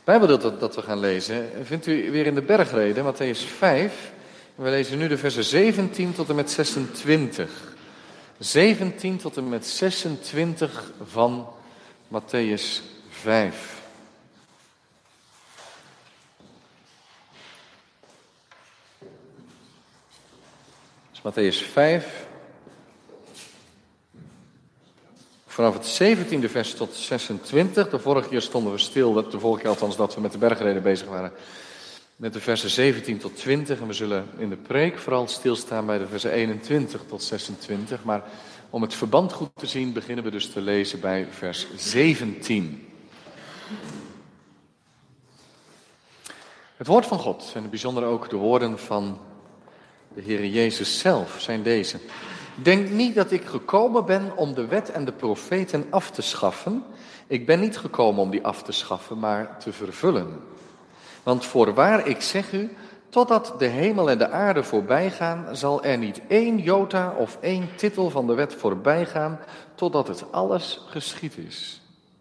Bijbeldeel dat we gaan lezen vindt u weer in de bergreden, Mattheüs 5. We lezen nu de versen 17 tot en met 26. 17 tot en met 26 van Mattheüs 5. Dus Mattheüs 5. Vanaf het 17e vers tot 26. De vorige keer stonden we stil, de vorige keer althans dat we met de bergreden bezig waren, met de versen 17 tot 20. En we zullen in de preek vooral stilstaan bij de versen 21 tot 26. Maar om het verband goed te zien beginnen we dus te lezen bij vers 17. Het woord van God, en in het bijzonder ook de woorden van de Heere Jezus zelf, zijn deze. Denk niet dat ik gekomen ben om de wet en de profeten af te schaffen. Ik ben niet gekomen om die af te schaffen, maar te vervullen. Want voorwaar, ik zeg u, totdat de hemel en de aarde voorbij gaan, zal er niet één jota of één titel van de wet voorbij gaan, totdat het alles geschied is.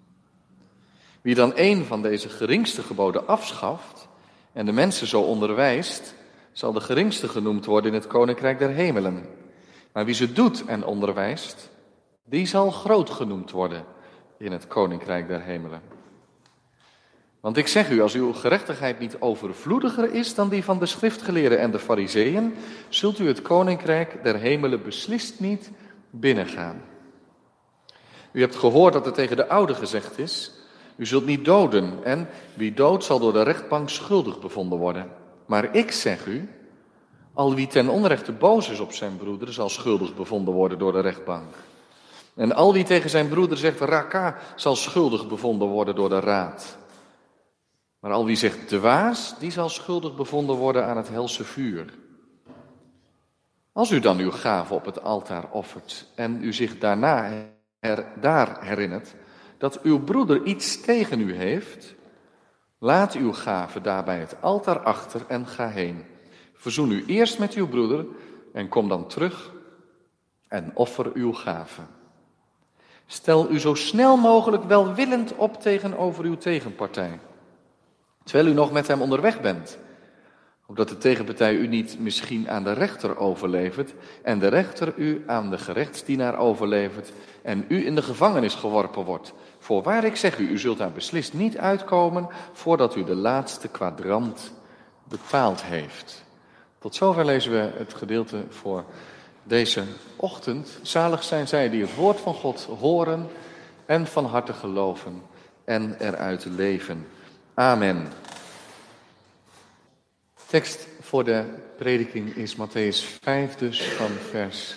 Wie dan één van deze geringste geboden afschaft en de mensen zo onderwijst, zal de geringste genoemd worden in het koninkrijk der hemelen. Maar wie ze doet en onderwijst, die zal groot genoemd worden in het koninkrijk der hemelen. Want ik zeg u, als uw gerechtigheid niet overvloediger is dan die van de schriftgeleerden en de farizeeën, zult u het koninkrijk der hemelen beslist niet binnengaan. U hebt gehoord dat er tegen de ouden gezegd is, u zult niet doden en wie doodt zal door de rechtbank schuldig bevonden worden. Maar ik zeg u, al wie ten onrechte boos is op zijn broeder, zal schuldig bevonden worden door de rechtbank. En al wie tegen zijn broeder zegt raka, zal schuldig bevonden worden door de raad. Maar al wie zegt dwaas, die zal schuldig bevonden worden aan het helse vuur. Als u dan uw gave op het altaar offert en u zich daarna daar herinnert dat uw broeder iets tegen u heeft, laat uw gave daar bij het altaar achter en ga heen. Verzoen u eerst met uw broeder en kom dan terug en offer uw gave. Stel u zo snel mogelijk welwillend op tegenover uw tegenpartij, terwijl u nog met hem onderweg bent, opdat de tegenpartij u niet misschien aan de rechter overlevert en de rechter u aan de gerechtsdienaar overlevert en u in de gevangenis geworpen wordt. Voorwaar, ik zeg u, u zult daar beslist niet uitkomen voordat u de laatste kwadrant betaald heeft. Tot zover lezen we het gedeelte voor deze ochtend. Zalig zijn zij die het woord van God horen en van harte geloven en eruit leven. Amen. Tekst voor de prediking is Mattheüs 5 dus, van vers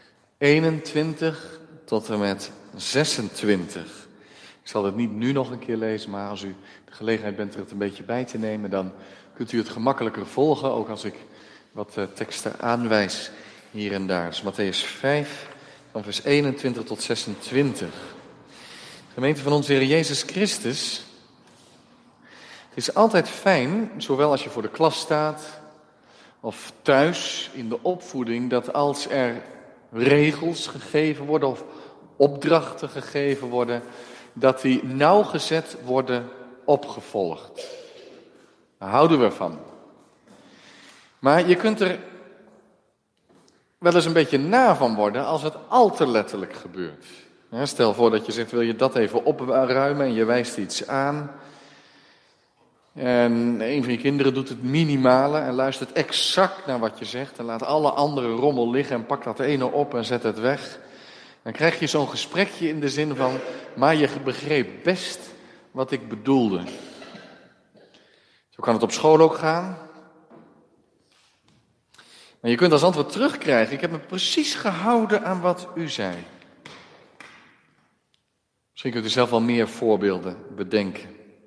21 tot en met 26. Ik zal het niet nu nog een keer lezen, maar als u de gelegenheid bent er het een beetje bij te nemen, dan kunt u het gemakkelijker volgen, ook als ik wat teksten aanwijs hier en daar. Dus Mattheüs 5, van vers 21 tot 26. Gemeente van onze Heer Jezus Christus. Het is altijd fijn, zowel als je voor de klas staat of thuis in de opvoeding, dat als er regels gegeven worden of opdrachten gegeven worden, dat die nauwgezet worden opgevolgd. Daar houden we van. Maar je kunt er wel eens een beetje na van worden als het al te letterlijk gebeurt. Stel voor dat je zegt, wil je dat even opruimen en je wijst iets aan. En een van je kinderen doet het minimale en luistert exact naar wat je zegt. En laat alle andere rommel liggen en pakt dat ene op en zet het weg. Dan krijg je zo'n gesprekje in de zin van, maar je begreep best wat ik bedoelde. Zo kan het op school ook gaan. Maar je kunt als antwoord terugkrijgen, ik heb me precies gehouden aan wat u zei. Misschien kunt u zelf wel meer voorbeelden bedenken.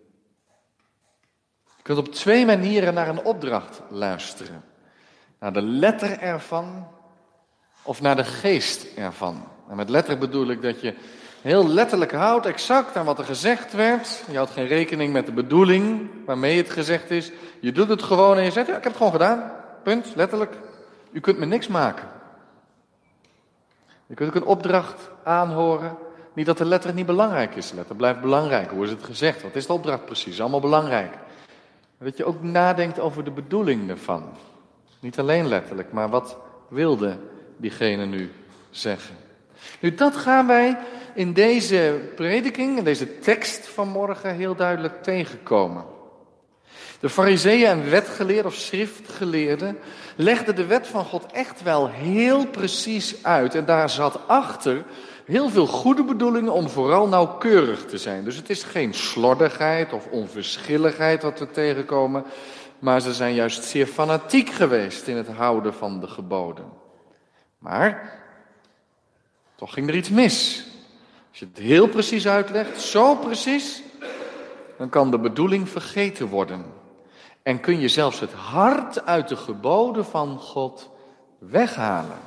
Je kunt op 2 manieren naar een opdracht luisteren. Naar de letter ervan of naar de geest ervan. En met letter bedoel ik dat je heel letterlijk houdt, exact aan wat er gezegd werd. Je houdt geen rekening met de bedoeling waarmee het gezegd is. Je doet het gewoon en je zegt, ja, ik heb het gewoon gedaan. Punt, letterlijk. U kunt me niks maken. Je kunt ook een opdracht aanhoren Niet dat de letter niet belangrijk is. De letter blijft belangrijk. Hoe is het gezegd? Wat is de opdracht precies? Allemaal belangrijk. Maar dat je ook nadenkt over de bedoeling ervan. Niet alleen letterlijk, maar wat wilde diegene nu zeggen? Nu, dat gaan wij in deze prediking, in deze tekst van morgen heel duidelijk tegenkomen. De farizeeën en wetgeleerden of schriftgeleerden legden de wet van God echt wel heel precies uit. En daar zat achter heel veel goede bedoelingen om vooral nauwkeurig te zijn. Dus het is geen slordigheid of onverschilligheid wat we tegenkomen, maar ze zijn juist zeer fanatiek geweest in het houden van de geboden. Maar toch ging er iets mis. Als je het heel precies uitlegt, zo precies, dan kan de bedoeling vergeten worden. En kun je zelfs het hart uit de geboden van God weghalen.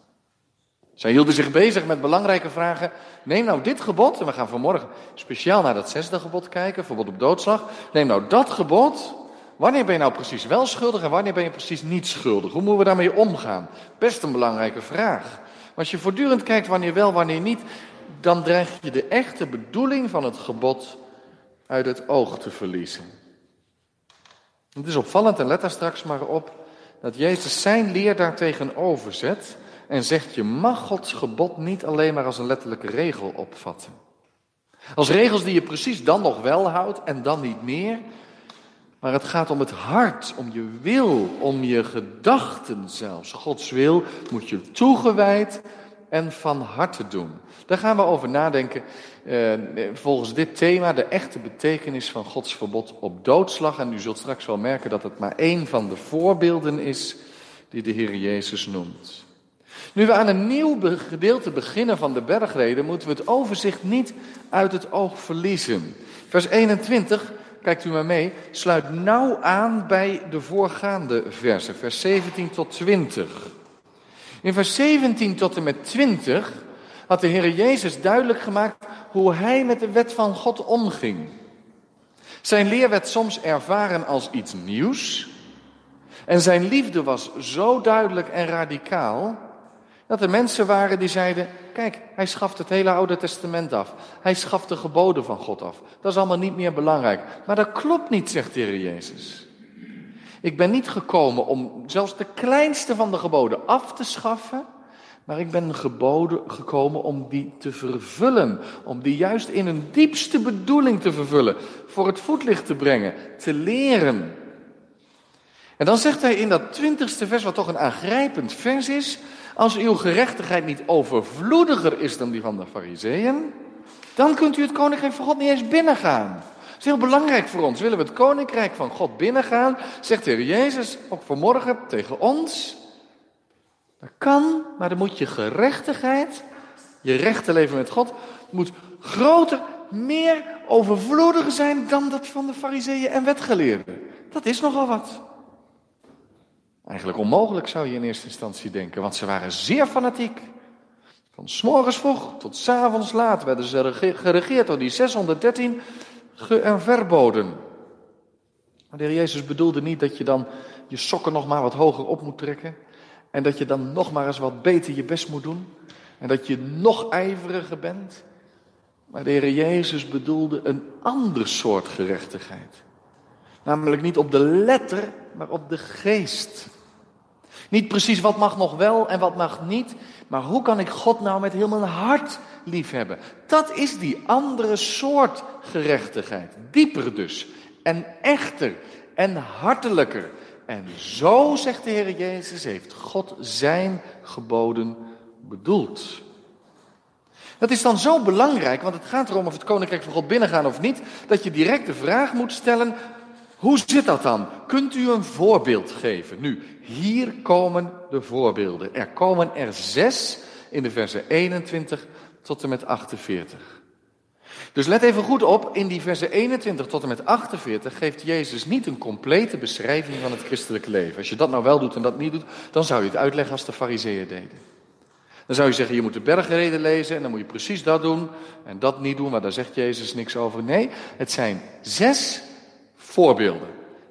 Zij hielden zich bezig met belangrijke vragen. Neem nou dit gebod, en we gaan vanmorgen speciaal naar dat 6e gebod kijken, verbod op doodslag. Neem nou dat gebod. Wanneer ben je nou precies wel schuldig en wanneer ben je precies niet schuldig? Hoe moeten we daarmee omgaan? Best een belangrijke vraag. Maar als je voortdurend kijkt wanneer wel, wanneer niet, dan dreig je de echte bedoeling van het gebod uit het oog te verliezen. Het is opvallend, en let daar straks maar op, dat Jezus zijn leer daartegenover zet en zegt: je mag Gods gebod niet alleen maar als een letterlijke regel opvatten. Als regels die je precies dan nog wel houdt en dan niet meer. Maar het gaat om het hart, om je wil, om je gedachten zelfs. Gods wil moet je toegewijd en van harte doen. Daar gaan we over nadenken volgens dit thema, de echte betekenis van Gods verbod op doodslag. En u zult straks wel merken dat het maar één van de voorbeelden is die de Heer Jezus noemt. Nu we aan een nieuw gedeelte beginnen van de bergreden, moeten we het overzicht niet uit het oog verliezen. Vers 21, kijkt u maar mee, sluit nauw aan bij de voorgaande versen, vers 17 tot 20. In vers 17 tot en met 20 had de Heer Jezus duidelijk gemaakt hoe hij met de wet van God omging. Zijn leer werd soms ervaren als iets nieuws. En zijn liefde was zo duidelijk en radicaal dat er mensen waren die zeiden: kijk, hij schaft het hele Oude Testament af. Hij schaft de geboden van God af. Dat is allemaal niet meer belangrijk. Maar dat klopt niet, zegt de Heer Jezus. Ik ben niet gekomen om zelfs de kleinste van de geboden af te schaffen, maar ik ben gekomen om die te vervullen. Om die juist in hun diepste bedoeling te vervullen. Voor het voetlicht te brengen, te leren. En dan zegt hij in dat 20ste vers, wat toch een aangrijpend vers is: als uw gerechtigheid niet overvloediger is dan die van de farizeeën, dan kunt u het koninkrijk van God niet eens binnengaan. Dat is heel belangrijk voor ons. Willen we het koninkrijk van God binnengaan, zegt de Heer Jezus ook vanmorgen tegen ons: dat kan, maar dan moet je gerechtigheid, je rechte leven met God, moet groter, meer overvloediger zijn dan dat van de farizeeën en wetgeleerden. Dat is nogal wat. Eigenlijk onmogelijk zou je in eerste instantie denken, want ze waren zeer fanatiek. Van 's morgens vroeg tot 's avonds laat werden ze geregeerd door die 613 ge- en verboden. Maar de Heer Jezus bedoelde niet dat je dan je sokken nog maar wat hoger op moet trekken. En dat je dan nog maar eens wat beter je best moet doen. En dat je nog ijveriger bent. Maar de Heer Jezus bedoelde een ander soort gerechtigheid. Namelijk niet op de letter, maar op de geest. Niet precies wat mag nog wel en wat mag niet. Maar hoe kan ik God nou met heel mijn hart liefhebben? Dat is die andere soort gerechtigheid. Dieper dus. En echter. En hartelijker. En zo, zegt de Heer Jezus, heeft God zijn geboden bedoeld. Dat is dan zo belangrijk, want het gaat erom of het koninkrijk van God binnengaan of niet, dat je direct de vraag moet stellen: hoe zit dat dan? Kunt u een voorbeeld geven? Nu, hier komen de voorbeelden. Er komen er 6 in de versen 21 tot en met 48. Dus let even goed op, in die versen 21 tot en met 48 geeft Jezus niet een complete beschrijving van het christelijke leven. Als je dat nou wel doet en dat niet doet, dan zou je het uitleggen als de farizeeën deden. Dan zou je zeggen, je moet de bergreden lezen en dan moet je precies dat doen en dat niet doen, maar daar zegt Jezus niks over. Nee, het zijn 6 voorbeelden.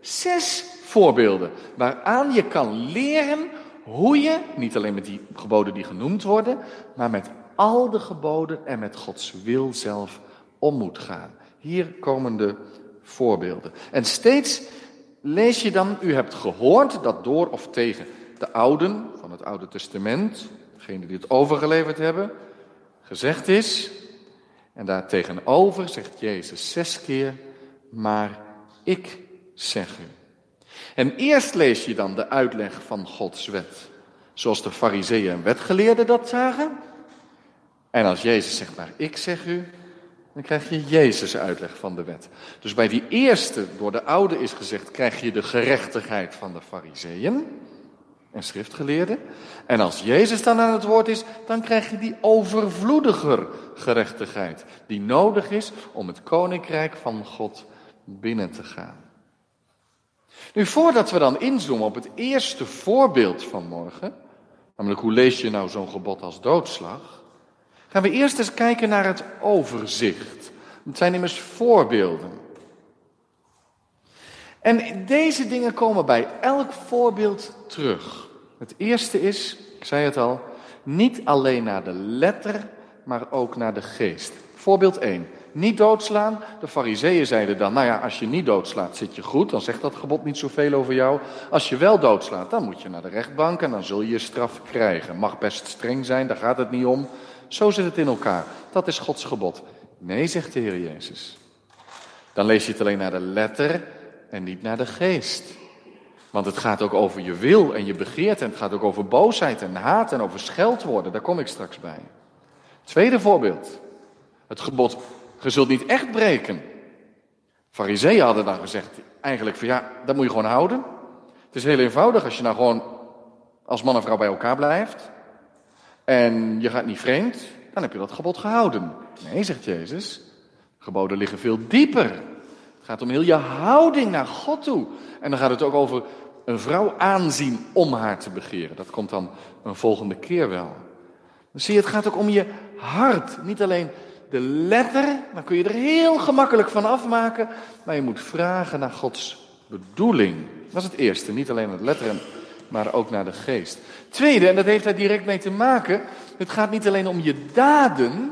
6 voorbeelden waaraan je kan leren hoe je, niet alleen met die geboden die genoemd worden, maar met al de geboden en met Gods wil zelf om moet gaan. Hier komen de voorbeelden. En steeds lees je dan, u hebt gehoord dat door of tegen de ouden van het Oude Testament, degenen die het overgeleverd hebben, gezegd is. En daar tegenover zegt Jezus 6 keer, maar ik zeg u. En eerst lees je dan de uitleg van Gods wet, zoals de farizeeën en wetgeleerden dat zagen. En als Jezus zegt, maar ik zeg u, dan krijg je Jezus' uitleg van de wet. Dus bij die eerste, door de oude is gezegd, krijg je de gerechtigheid van de farizeeën en schriftgeleerden. En als Jezus dan aan het woord is, dan krijg je die overvloediger gerechtigheid, die nodig is om het koninkrijk van God binnen te gaan. Nu, voordat we dan inzoomen op het eerste voorbeeld van morgen, namelijk hoe lees je nou zo'n gebod als doodslag, gaan we eerst eens kijken naar het overzicht. Het zijn immers voorbeelden. En deze dingen komen bij elk voorbeeld terug. Het eerste is, ik zei het al, niet alleen naar de letter, maar ook naar de geest. Voorbeeld 1. Niet doodslaan. De farizeeën zeiden dan, nou ja, als je niet doodslaat zit je goed, dan zegt dat gebod niet zoveel over jou. Als je wel doodslaat, dan moet je naar de rechtbank en dan zul je je straf krijgen. Mag best streng zijn, daar gaat het niet om. Zo zit het in elkaar. Dat is Gods gebod. Nee, zegt de Heer Jezus. Dan lees je het alleen naar de letter en niet naar de geest. Want het gaat ook over je wil en je begeerte. En het gaat ook over boosheid en haat en over scheldwoorden. Daar kom ik straks bij. Tweede voorbeeld. Het gebod, je zult niet echt breken. Farizeeën hadden dan gezegd, eigenlijk van ja, dat moet je gewoon houden. Het is heel eenvoudig als je nou gewoon als man en vrouw bij elkaar blijft. En je gaat niet vreemd, dan heb je dat gebod gehouden. Nee, zegt Jezus, geboden liggen veel dieper. Het gaat om heel je houding naar God toe. En dan gaat het ook over een vrouw aanzien om haar te begeren. Dat komt dan een volgende keer wel. Dan zie je, het gaat ook om je hart. Niet alleen de letter, dan kun je er heel gemakkelijk van afmaken. Maar je moet vragen naar Gods bedoeling. Dat is het eerste, niet alleen naar de letter, maar ook naar de geest. Tweede, en dat heeft daar direct mee te maken, het gaat niet alleen om je daden,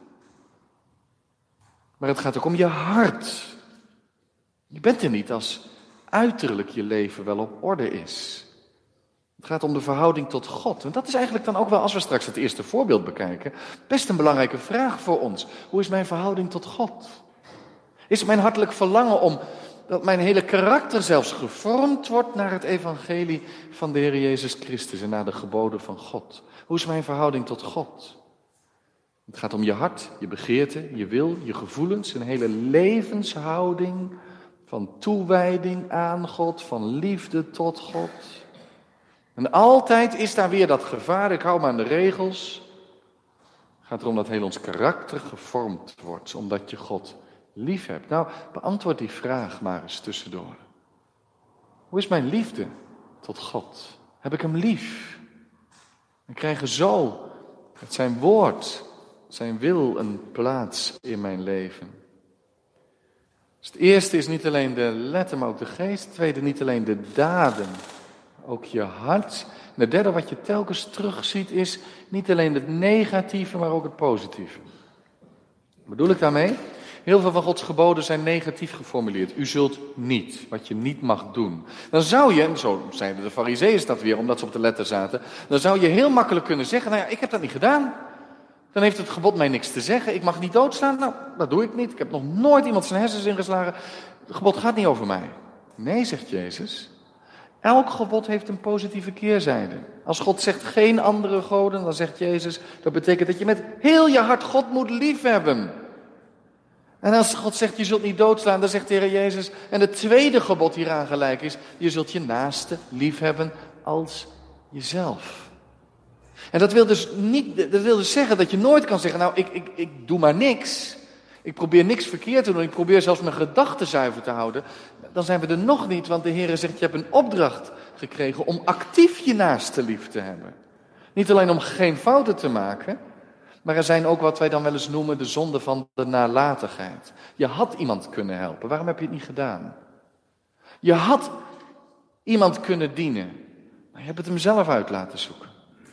maar het gaat ook om je hart. Je bent er niet als uiterlijk je leven wel op orde is. Het gaat om de verhouding tot God. En dat is eigenlijk dan ook wel, als we straks het eerste voorbeeld bekijken, best een belangrijke vraag voor ons. Hoe is mijn verhouding tot God? Is het mijn hartelijk verlangen om dat mijn hele karakter zelfs gevormd wordt naar het evangelie van de Heer Jezus Christus en naar de geboden van God? Hoe is mijn verhouding tot God? Het gaat om je hart, je begeerte, je wil, je gevoelens, een hele levenshouding van toewijding aan God, van liefde tot God. En altijd is daar weer dat gevaar, ik hou me aan de regels. Het gaat erom dat heel ons karakter gevormd wordt, omdat je God lief hebt. Nou, beantwoord die vraag maar eens tussendoor. Hoe is mijn liefde tot God? Heb ik hem lief? En krijgen zo met zijn woord, zijn wil een plaats in mijn leven. Dus het eerste is niet alleen de letter, maar ook de geest. Het tweede, niet alleen de daden, ook je hart. En het derde wat je telkens terugziet is niet alleen het negatieve, maar ook het positieve. Wat bedoel ik daarmee? Heel veel van Gods geboden zijn negatief geformuleerd. U zult niet, wat je niet mag doen. Dan zou je, en zo zeiden de farizeeën dat weer, omdat ze op de letter zaten, dan zou je heel makkelijk kunnen zeggen, nou ja, ik heb dat niet gedaan. Dan heeft het gebod mij niks te zeggen. Ik mag niet doodslaan. Nou, dat doe ik niet. Ik heb nog nooit iemand zijn hersens ingeslagen. Het gebod gaat niet over mij. Nee, zegt Jezus. Elk gebod heeft een positieve keerzijde. Als God zegt geen andere goden, dan zegt Jezus, dat betekent dat je met heel je hart God moet liefhebben. En als God zegt, je zult niet doodslaan, dan zegt de Heer Jezus, en het tweede gebod hieraan gelijk is, je zult je naaste liefhebben als jezelf. En dat wil dus zeggen dat je nooit kan zeggen, nou, ik doe maar niks. Ik probeer niks verkeerd te doen, ik probeer zelfs mijn gedachten zuiver te houden. Dan zijn we er nog niet, want de Heer zegt, je hebt een opdracht gekregen om actief je naaste lief te hebben. Niet alleen om geen fouten te maken, maar er zijn ook wat wij dan wel eens noemen de zonde van de nalatigheid. Je had iemand kunnen helpen, waarom heb je het niet gedaan? Je had iemand kunnen dienen, maar je hebt het hem zelf uit laten zoeken.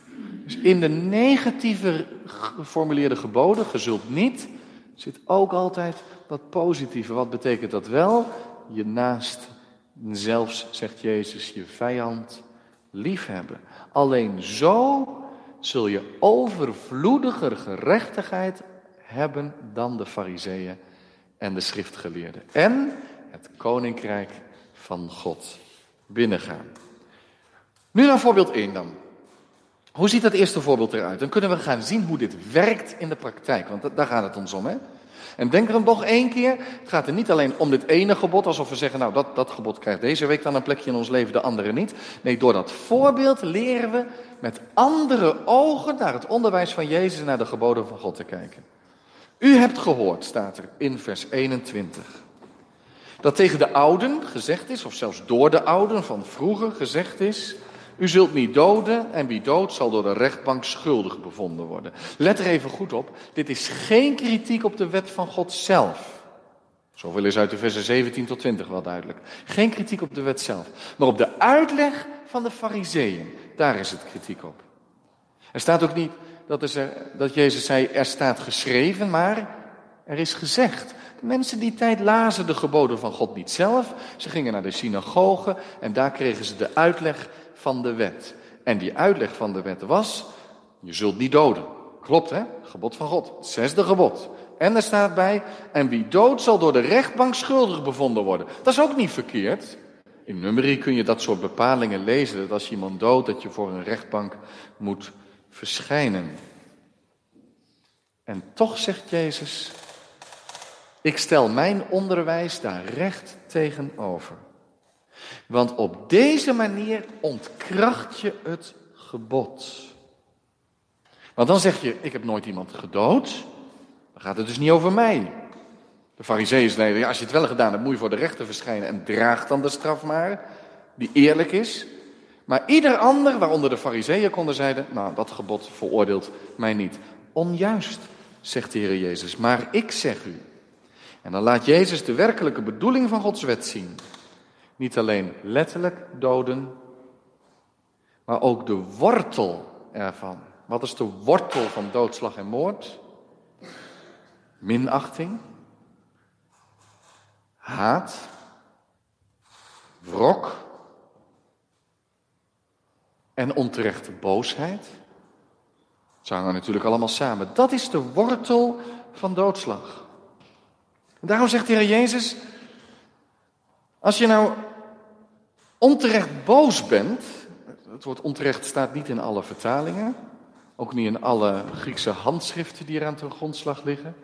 Dus in de negatieve geformuleerde geboden, ge zult niet, zit ook altijd wat positieve. Wat betekent dat wel? Je naast, zelfs, zegt Jezus, je vijand liefhebben. Alleen zo zul je overvloediger gerechtigheid hebben dan de Farizeeën en de schriftgeleerden. En het koninkrijk van God binnengaan. Nu naar voorbeeld 1 dan. Hoe ziet dat eerste voorbeeld eruit? Dan kunnen we gaan zien hoe dit werkt in de praktijk. Want daar gaat het ons om, hè? En denk er nog 1 keer. Het gaat er niet alleen om dit ene gebod, alsof we zeggen, nou dat gebod krijgt deze week dan een plekje in ons leven, de andere niet. Nee, door dat voorbeeld leren we met andere ogen naar het onderwijs van Jezus en naar de geboden van God te kijken. U hebt gehoord, staat er in vers 21, dat tegen de ouden gezegd is, of zelfs door de ouden van vroeger gezegd is, u zult niet doden en wie doodt zal door de rechtbank schuldig bevonden worden. Let er even goed op, dit is geen kritiek op de wet van God zelf. Zoveel is uit de versen 17 tot 20 wel duidelijk. Geen kritiek op de wet zelf, maar op de uitleg van de Farizeeën. Daar is het kritiek op. Er staat ook niet dat Jezus zei, er staat geschreven, maar er is gezegd. De mensen die tijd lazen de geboden van God niet zelf. Ze gingen naar de synagoge en daar kregen ze de uitleg van de wet. En die uitleg van de wet was, je zult niet doden. Klopt, hè? Gebod van God. 6e gebod. En er staat bij, en wie doodt zal door de rechtbank schuldig bevonden worden. Dat is ook niet verkeerd. In Numeri kun je dat soort bepalingen lezen, dat als je iemand doodt, dat je voor een rechtbank moet verschijnen. En toch zegt Jezus, ik stel mijn onderwijs daar recht tegenover. Want op deze manier ontkracht je het gebod. Want dan zeg je, ik heb nooit iemand gedood. Dan gaat het dus niet over mij. De Farizeeën zeiden, ja, als je het wel gedaan hebt, moet je voor de rechter verschijnen en draag dan de straf maar, die eerlijk is. Maar ieder ander, waaronder de Farizeeën, konden zeiden, nou, dat gebod veroordeelt mij niet. Onjuist, zegt de Heer Jezus, maar ik zeg u. En dan laat Jezus de werkelijke bedoeling van Gods wet zien. Niet alleen letterlijk doden, maar ook de wortel ervan. Wat is de wortel van doodslag en moord? Minachting, haat, wrok en onterechte boosheid. Ze hangen natuurlijk allemaal samen. Dat is de wortel van doodslag. En daarom zegt de Heer Jezus, als je nou onterecht boos bent, het woord onterecht staat niet in alle vertalingen, ook niet in alle Griekse handschriften die er aan ten grondslag liggen.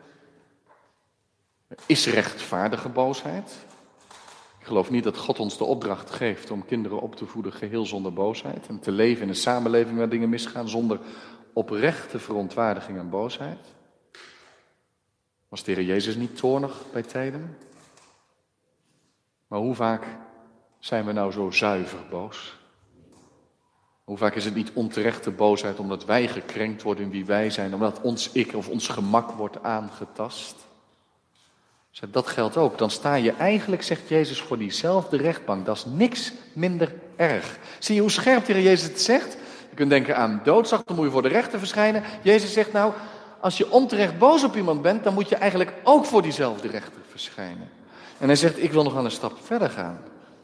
Is rechtvaardige boosheid. Ik geloof niet dat God ons de opdracht geeft om kinderen op te voeden geheel zonder boosheid. En te leven in een samenleving waar dingen misgaan zonder oprechte verontwaardiging en boosheid. Was de Heer Jezus niet toornig bij tijden? Maar hoe vaak zijn we nou zo zuiver boos? Hoe vaak is het niet onterechte boosheid omdat wij gekrenkt worden in wie wij zijn, omdat ons ik of ons gemak wordt aangetast? Dat geldt ook. Dan sta je eigenlijk, zegt Jezus, voor diezelfde rechtbank. Dat is niks minder erg. Zie je hoe scherp de Heer Jezus het zegt? Je kunt denken aan doodslag, dan moet je voor de rechter verschijnen. Jezus zegt nou, als je onterecht boos op iemand bent, dan moet je eigenlijk ook voor diezelfde rechter verschijnen. En hij zegt, ik wil nog aan een stap verder gaan.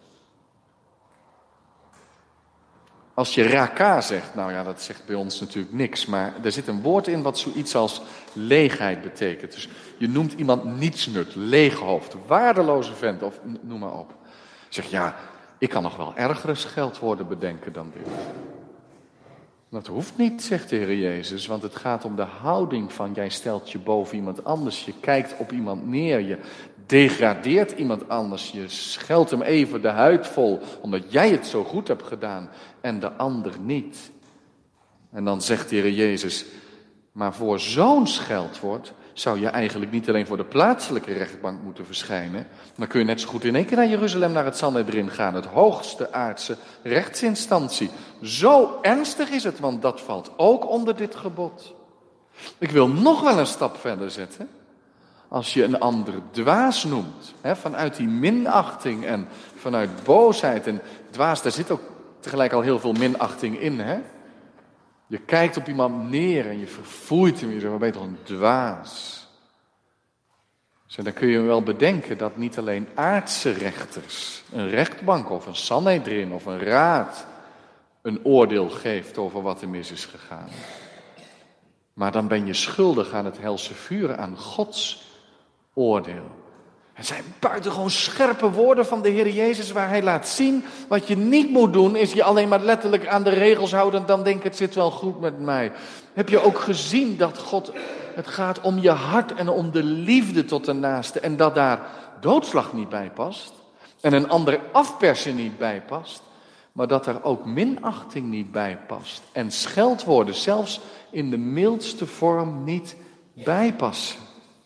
Als je raka zegt, nou ja, dat zegt bij ons natuurlijk niks, maar er zit een woord in wat zoiets als leegheid betekent. Dus je noemt iemand nietsnut, leeghoofd, waardeloze vent of noem maar op. Zeg ja, ik kan nog wel ergere scheldwoorden bedenken dan dit. Dat hoeft niet, zegt de Heer Jezus, want het gaat om de houding van jij stelt je boven iemand anders, je kijkt op iemand neer, je degradeert iemand anders, je scheldt hem even de huid vol, omdat jij het zo goed hebt gedaan en de ander niet. En dan zegt de Heer Jezus, maar voor zo'n scheldwoord zou je eigenlijk niet alleen voor de plaatselijke rechtbank moeten verschijnen, maar kun je net zo goed in één keer naar Jeruzalem, naar het Sanhedrin gaan, het hoogste aardse rechtsinstantie. Zo ernstig is het, want dat valt ook onder dit gebod. Ik wil nog wel een stap verder zetten. Als je een ander dwaas noemt, vanuit die minachting en vanuit boosheid. En dwaas, daar zit ook tegelijk al heel veel minachting in. Je kijkt op iemand neer en je verfoeit hem. Je zegt, wat ben je toch een dwaas. Dus dan kun je wel bedenken dat niet alleen aardse rechters, een rechtbank of een Sanhedrin of een raad, een oordeel geeft over wat er mis is gegaan. Maar dan ben je schuldig aan het helse vuur, aan Gods oordeel. Het zijn buitengewoon scherpe woorden van de Heer Jezus, waar hij laat zien, wat je niet moet doen, is je alleen maar letterlijk aan de regels houden en dan denk ik, het zit wel goed met mij. Heb je ook gezien dat God, het gaat om je hart en om de liefde tot de naaste en dat daar doodslag niet bij past en een ander afpersen niet bij past, maar dat er ook minachting niet bij past en scheldwoorden zelfs in de mildste vorm niet bijpassen.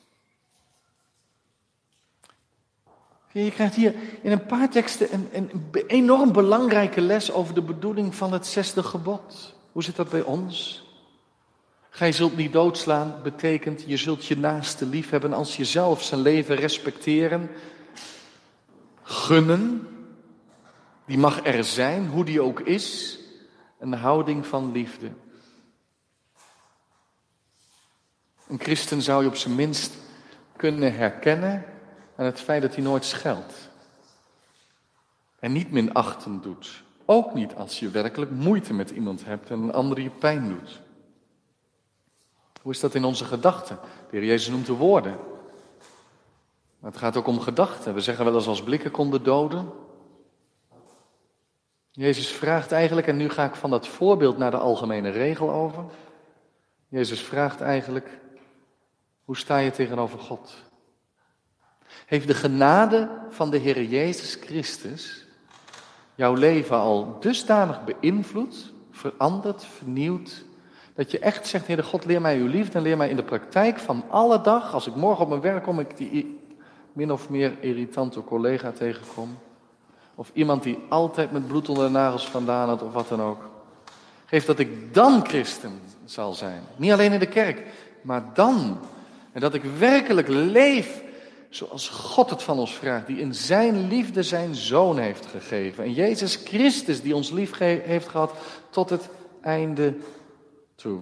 Je krijgt hier in een paar teksten een enorm belangrijke les over de bedoeling van het 6e gebod. Hoe zit dat bij ons? Gij zult niet doodslaan betekent je zult je naaste lief hebben als jezelf, zijn leven respecteren, gunnen. Die mag er zijn, hoe die ook is, een houding van liefde. Een christen zou je op zijn minst kunnen herkennen aan het feit dat hij nooit scheldt. En niet minachtend doet. Ook niet als je werkelijk moeite met iemand hebt en een ander je pijn doet. Hoe is dat in onze gedachten? De Heer Jezus noemt de woorden. Maar het gaat ook om gedachten. We zeggen wel eens als blikken konden doden. Jezus vraagt eigenlijk, en nu ga ik van dat voorbeeld naar de algemene regel over. Jezus vraagt eigenlijk, hoe sta je tegenover God? Heeft de genade van de Heer Jezus Christus jouw leven al dusdanig beïnvloed, veranderd, vernieuwd, dat je echt zegt, Heer God, leer mij uw liefde en leer mij in de praktijk van alle dag, als ik morgen op mijn werk kom, ik die min of meer irritante collega tegenkom, of iemand die altijd met bloed onder de nagels vandaan had, of wat dan ook. Geef dat ik dan christen zal zijn. Niet alleen in de kerk, maar dan. En dat ik werkelijk leef zoals God het van ons vraagt, die in zijn liefde zijn zoon heeft gegeven. En Jezus Christus die ons lief heeft gehad tot het einde toe.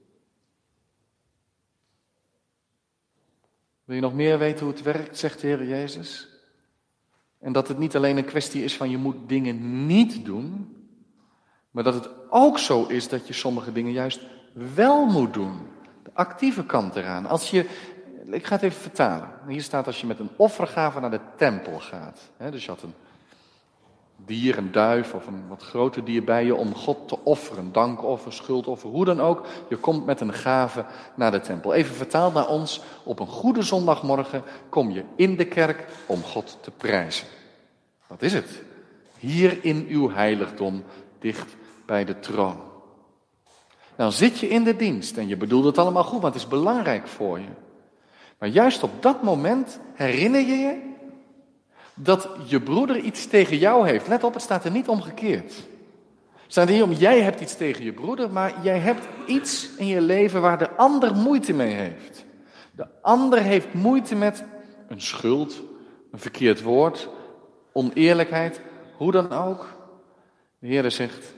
Wil je nog meer weten hoe het werkt, zegt de Heer Jezus? En dat het niet alleen een kwestie is van je moet dingen niet doen, maar dat het ook zo is dat je sommige dingen juist wel moet doen. De actieve kant eraan. Ik ga het even vertalen. Hier staat als je met een offergave naar de tempel gaat. Dus je had een dier, een duif of een wat groter dier bij je om God te offeren. Dankoffer, schuldoffer, hoe dan ook. Je komt met een gave naar de tempel. Even vertaald naar ons. Op een goede zondagmorgen kom je in de kerk om God te prijzen. Wat is het? Hier in uw heiligdom, dicht bij de troon. Nou zit je in de dienst en je bedoelt het allemaal goed, want het is belangrijk voor je. Maar juist op dat moment herinner je je dat je broeder iets tegen jou heeft. Let op, het staat er niet omgekeerd. Het staat er niet om, jij hebt iets tegen je broeder, maar jij hebt iets in je leven waar de ander moeite mee heeft. De ander heeft moeite met een schuld, een verkeerd woord, oneerlijkheid, hoe dan ook. De Heer zegt,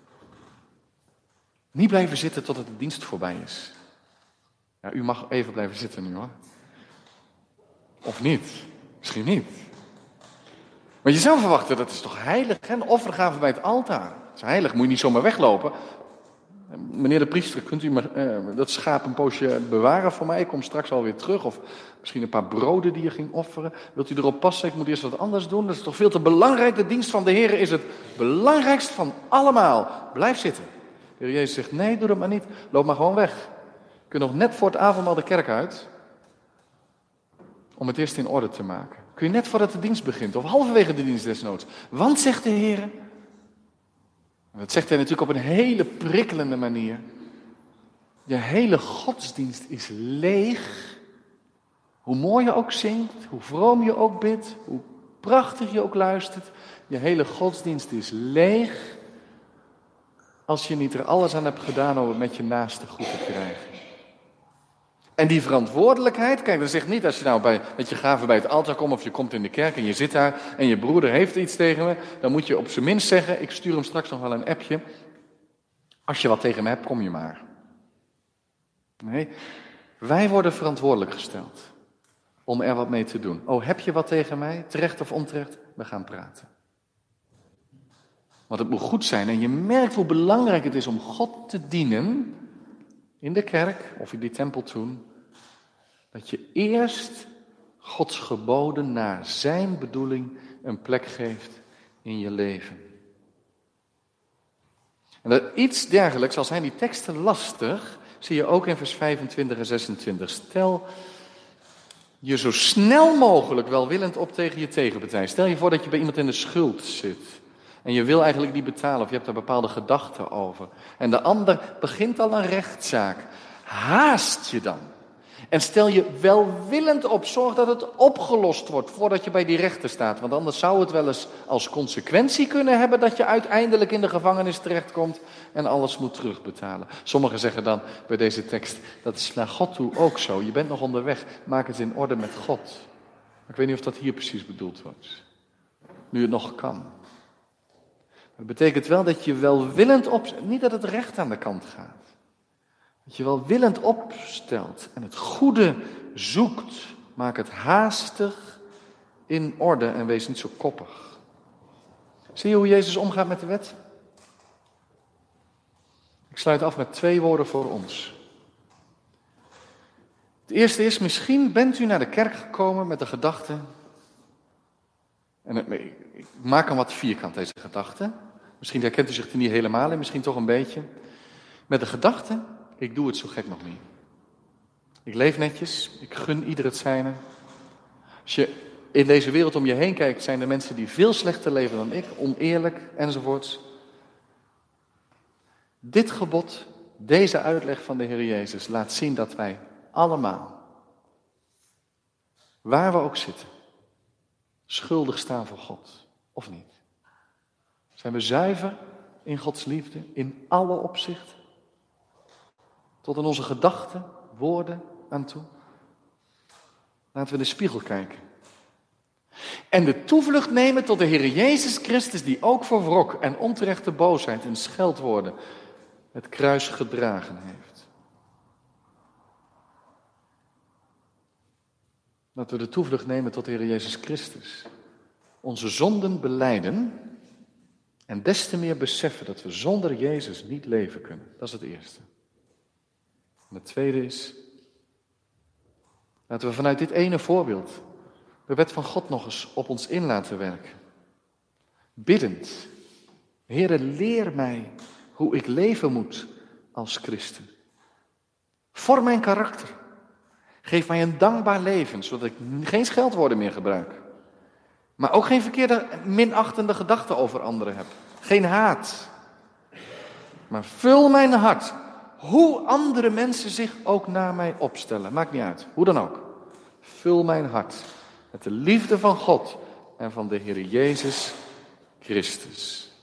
niet blijven zitten totdat de dienst voorbij is. Ja, u mag even blijven zitten nu hoor. Of niet, misschien niet. Maar je zou verwachten, dat is toch heilig, hè? Een offergave bij het altaar. Dat is heilig, moet je niet zomaar weglopen. Meneer de priester, kunt u dat schaap een poosje bewaren voor mij? Ik kom straks alweer terug. Of misschien een paar broden die je ging offeren. Wilt u erop passen? Ik moet eerst wat anders doen. Dat is toch veel te belangrijk. De dienst van de Heer is het belangrijkst van allemaal. Blijf zitten. De Heer Jezus zegt, nee, doe dat maar niet. Loop maar gewoon weg. Je kunt nog net voor het avondmaal de kerk uit. Om het eerst in orde te maken. Kun je net voordat de dienst begint. Of halverwege de dienst desnoods. Want, zegt de Heer. En dat zegt hij natuurlijk op een hele prikkelende manier. Je hele godsdienst is leeg. Hoe mooi je ook zingt, hoe vroom je ook bidt, hoe prachtig je ook luistert. Je hele godsdienst is leeg. Als je niet er alles aan hebt gedaan om het met je naaste goed te krijgen. En die verantwoordelijkheid, kijk, dat zegt niet als je nou met je gave bij het altaar komt of je komt in de kerk en je zit daar en je broeder heeft iets tegen me, dan moet je op zijn minst zeggen, ik stuur hem straks nog wel een appje. Als je wat tegen me hebt, kom je maar. Nee, wij worden verantwoordelijk gesteld om er wat mee te doen. Oh, heb je wat tegen mij, terecht of onterecht? We gaan praten. Want het moet goed zijn en je merkt hoe belangrijk het is om God te dienen in de kerk of in die tempel toen. Dat je eerst Gods geboden naar zijn bedoeling een plek geeft in je leven. En dat iets dergelijks, al zijn die teksten lastig, zie je ook in vers 25 en 26. Stel je zo snel mogelijk welwillend op tegen je tegenpartij. Stel je voor dat je bij iemand in de schuld zit. En je wil eigenlijk niet betalen of je hebt daar bepaalde gedachten over. En de ander begint al een rechtszaak. Haast je dan. En stel je welwillend op, zorg dat het opgelost wordt voordat je bij die rechter staat. Want anders zou het wel eens als consequentie kunnen hebben dat je uiteindelijk in de gevangenis terechtkomt en alles moet terugbetalen. Sommigen zeggen dan bij deze tekst, dat is naar God toe ook zo. Je bent nog onderweg, maak het in orde met God. Ik weet niet of dat hier precies bedoeld wordt. Nu het nog kan. Dat betekent wel dat je welwillend opstelt, niet dat het recht aan de kant gaat. Dat je welwillend opstelt en het goede zoekt. Maak het haastig in orde en wees niet zo koppig. Zie je hoe Jezus omgaat met de wet? Ik sluit af met 2 woorden voor ons. Het eerste is, misschien bent u naar de kerk gekomen met de gedachte, en ik maak hem wat vierkant deze gedachte. Misschien herkent u zich er niet helemaal in, misschien toch een beetje. Met de gedachte, ik doe het zo gek nog niet. Ik leef netjes, ik gun ieder het zijne. Als je in deze wereld om je heen kijkt, zijn er mensen die veel slechter leven dan ik, oneerlijk enzovoorts. Dit gebod, deze uitleg van de Heer Jezus laat zien dat wij allemaal, waar we ook zitten, schuldig staan voor God, of niet? Zijn we zuiver in Gods liefde, in alle opzichten? Tot in onze gedachten, woorden aan toe? Laten we in de spiegel kijken. En de toevlucht nemen tot de Heer Jezus Christus, die ook voor wrok en onterechte boosheid en scheldwoorden het kruis gedragen heeft. Laten we de toevlucht nemen tot de Heer Jezus Christus. Onze zonden belijden en des te meer beseffen dat we zonder Jezus niet leven kunnen. Dat is het eerste. En het tweede is, laten we vanuit dit ene voorbeeld de wet van God nog eens op ons in laten werken. Biddend, Heere, leer mij hoe ik leven moet als christen. Vorm mijn karakter. Geef mij een dankbaar leven, zodat ik geen scheldwoorden meer gebruik. Maar ook geen verkeerde, minachtende gedachten over anderen heb. Geen haat. Maar vul mijn hart, hoe andere mensen zich ook naar mij opstellen. Maakt niet uit, hoe dan ook. Vul mijn hart met de liefde van God en van de Heer Jezus Christus.